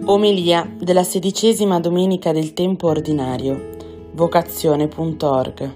Omelia della 16ª domenica del tempo ordinario, vocazione.org.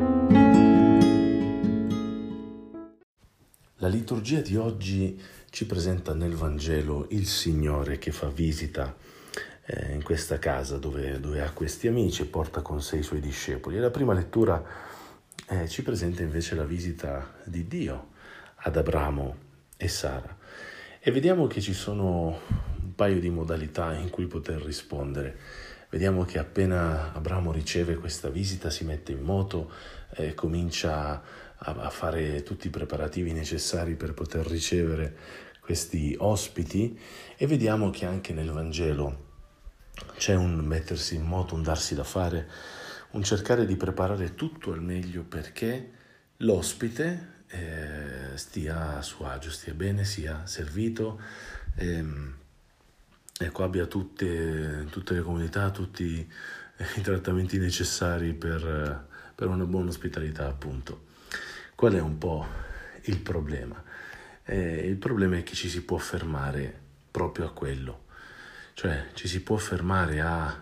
La liturgia di oggi ci presenta nel Vangelo il Signore che fa visita in questa casa dove ha questi amici e porta con sé i suoi discepoli. E la prima lettura ci presenta invece la visita di Dio ad Abramo e Sara. E vediamo che ci sono un paio di modalità in cui poter rispondere. Vediamo che appena Abramo riceve questa visita si mette in moto, comincia a fare tutti i preparativi necessari per poter ricevere questi ospiti, e vediamo che anche nel Vangelo c'è un mettersi in moto, un darsi da fare, un cercare di preparare tutto al meglio perché l'ospite stia a suo agio, stia bene, sia servito, abbia tutte le comodità, tutti i trattamenti necessari per una buona ospitalità, appunto. Qual è un po' il problema? Il problema è che ci si può fermare proprio a quello, cioè ci si può fermare a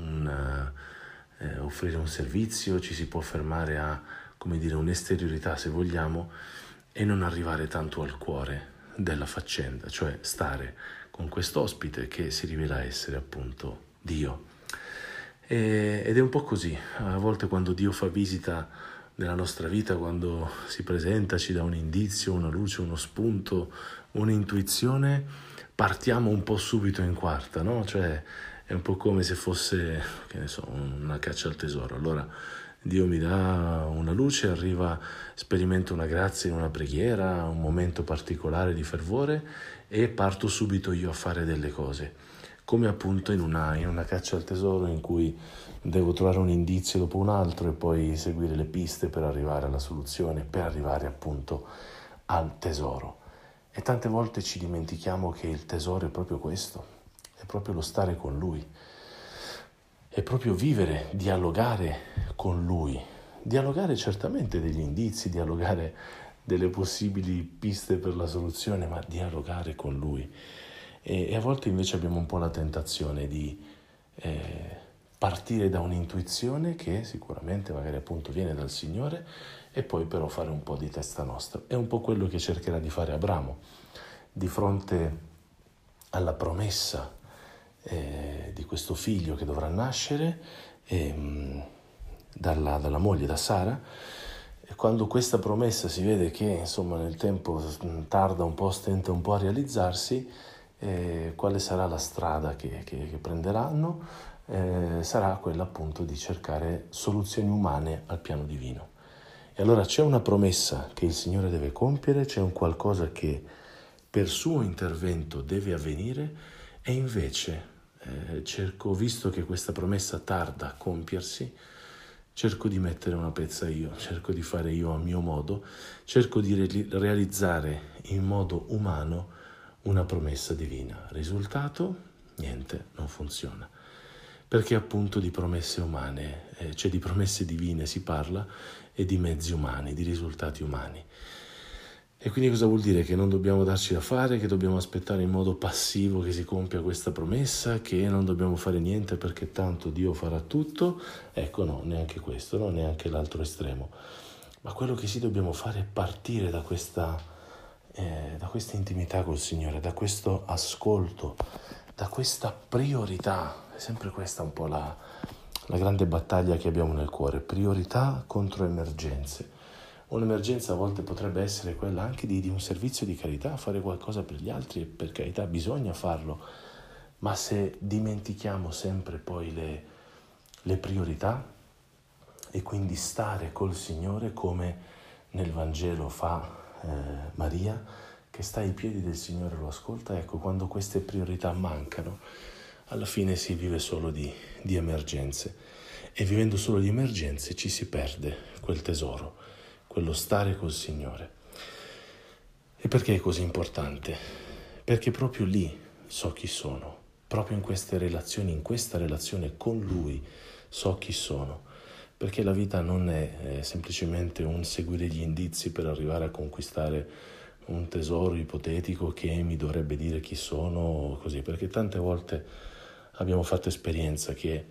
offrire un servizio, ci si può fermare a, un'esteriorità se vogliamo, e non arrivare tanto al cuore della faccenda, cioè stare con quest'ospite che si rivela essere appunto Dio. Ed è un po' così, a volte quando Dio fa visita nella nostra vita, quando si presenta, ci dà un indizio, una luce, uno spunto, un'intuizione, partiamo un po' subito in quarta, no? Cioè è un po' come se fosse, una caccia al tesoro. Allora Dio mi dà una luce, sperimento una grazia in una preghiera, un momento particolare di fervore e parto subito io a fare delle cose, come appunto in una caccia al tesoro in cui devo trovare un indizio dopo un altro e poi seguire le piste per arrivare alla soluzione, per arrivare appunto al tesoro. E tante volte ci dimentichiamo che il tesoro è proprio questo, è proprio lo stare con Lui, è proprio vivere, dialogare con Lui, dialogare certamente degli indizi, dialogare delle possibili piste per la soluzione, ma dialogare con Lui. E a volte invece abbiamo un po' la tentazione di partire da un'intuizione che sicuramente magari appunto viene dal Signore e poi però fare un po' di testa nostra. È un po' quello che cercherà di fare Abramo di fronte alla promessa di questo figlio che dovrà nascere dalla moglie, da Sara. E quando questa promessa si vede che nel tempo tarda un po', stenta un po' a realizzarsi, quale sarà la strada che prenderanno? Sarà quella appunto di cercare soluzioni umane al piano divino. E allora c'è una promessa che il Signore deve compiere, c'è un qualcosa che per suo intervento deve avvenire, e invece visto che questa promessa tarda a compiersi, cerco di mettere una pezza io, cerco di fare io a mio modo, cerco di realizzare in modo umano una promessa divina. Risultato? Niente, non funziona. Perché appunto di promesse umane, cioè di promesse divine si parla, e di mezzi umani, di risultati umani. E quindi cosa vuol dire? Che non dobbiamo darci da fare, che dobbiamo aspettare in modo passivo che si compia questa promessa, che non dobbiamo fare niente perché tanto Dio farà tutto? Ecco, no, neanche questo, no, neanche l'altro estremo. Ma quello che sì dobbiamo fare è partire da questa intimità col Signore, da questo ascolto, da questa priorità. È sempre questa un po' la grande battaglia che abbiamo nel cuore, priorità contro emergenze. Un'emergenza a volte potrebbe essere quella anche di un servizio di carità, fare qualcosa per gli altri, e per carità bisogna farlo, ma se dimentichiamo sempre poi le priorità, e quindi stare col Signore come nel Vangelo fa Maria, che sta ai piedi del Signore e lo ascolta, ecco, quando queste priorità mancano, alla fine si vive solo di emergenze, e vivendo solo di emergenze ci si perde quel tesoro, quello stare col Signore. E perché è così importante? Perché proprio lì so chi sono, proprio in queste relazioni, in questa relazione con Lui so chi sono, perché la vita non è semplicemente un seguire gli indizi per arrivare a conquistare un tesoro ipotetico che mi dovrebbe dire chi sono, così, perché tante volte abbiamo fatto esperienza, che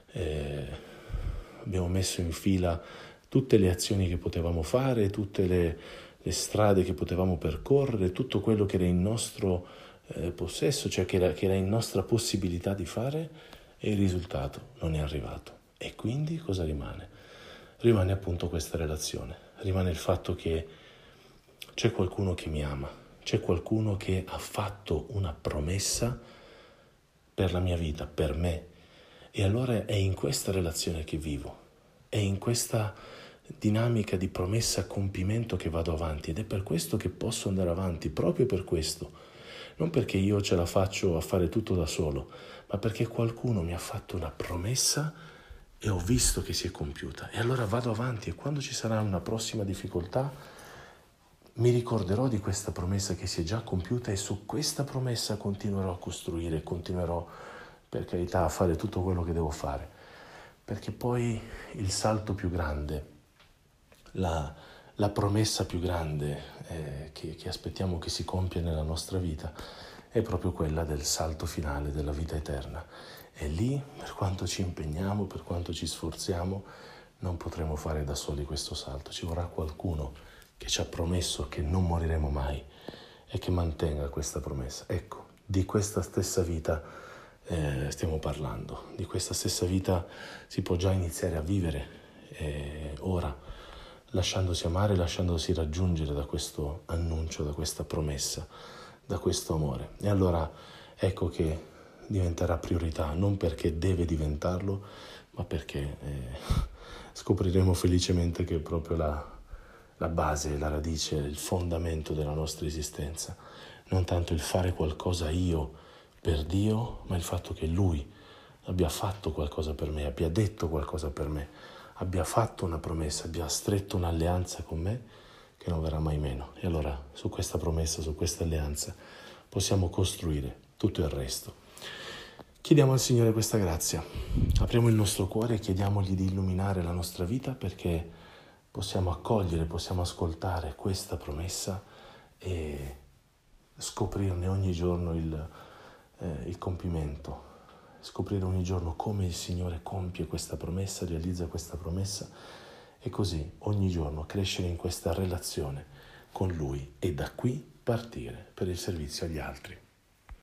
abbiamo messo in fila tutte le azioni che potevamo fare, tutte le strade che potevamo percorrere, tutto quello che era in nostro possesso, cioè che era in nostra possibilità di fare, e il risultato non è arrivato. E quindi cosa rimane? Rimane appunto questa relazione, rimane il fatto che c'è qualcuno che mi ama, c'è qualcuno che ha fatto una promessa per la mia vita, per me, e allora è in questa relazione che vivo, è in questa dinamica di promessa a compimento che vado avanti, ed è per questo che posso andare avanti, proprio per questo, non perché io ce la faccio a fare tutto da solo, ma perché qualcuno mi ha fatto una promessa e ho visto che si è compiuta, e allora vado avanti, e quando ci sarà una prossima difficoltà mi ricorderò di questa promessa che si è già compiuta, e su questa promessa continuerò a costruire, continuerò, per carità, a fare tutto quello che devo fare, perché poi il salto più grande, la promessa più grande che aspettiamo che si compia nella nostra vita è proprio quella del salto finale della vita eterna. E lì, per quanto ci impegniamo, per quanto ci sforziamo, non potremo fare da soli questo salto. Ci vorrà qualcuno che ci ha promesso che non moriremo mai e che mantenga questa promessa. Ecco, di questa stessa vita stiamo parlando. Di questa stessa vita si può già iniziare a vivere ora, lasciandosi amare, lasciandosi raggiungere da questo annuncio, da questa promessa, da questo amore. E allora ecco che diventerà priorità, non perché deve diventarlo, ma perché scopriremo felicemente che è proprio la base, la radice, il fondamento della nostra esistenza. Non tanto il fare qualcosa io per Dio, ma il fatto che Lui abbia fatto qualcosa per me, abbia detto qualcosa per me, abbia fatto una promessa, abbia stretto un'alleanza con me che non verrà mai meno. E allora su questa promessa, su questa alleanza possiamo costruire tutto il resto. Chiediamo al Signore questa grazia, apriamo il nostro cuore e chiediamogli di illuminare la nostra vita, perché possiamo accogliere, possiamo ascoltare questa promessa e scoprirne ogni giorno il compimento, scoprire ogni giorno come il Signore compie questa promessa, realizza questa promessa, e così ogni giorno crescere in questa relazione con Lui e da qui partire per il servizio agli altri.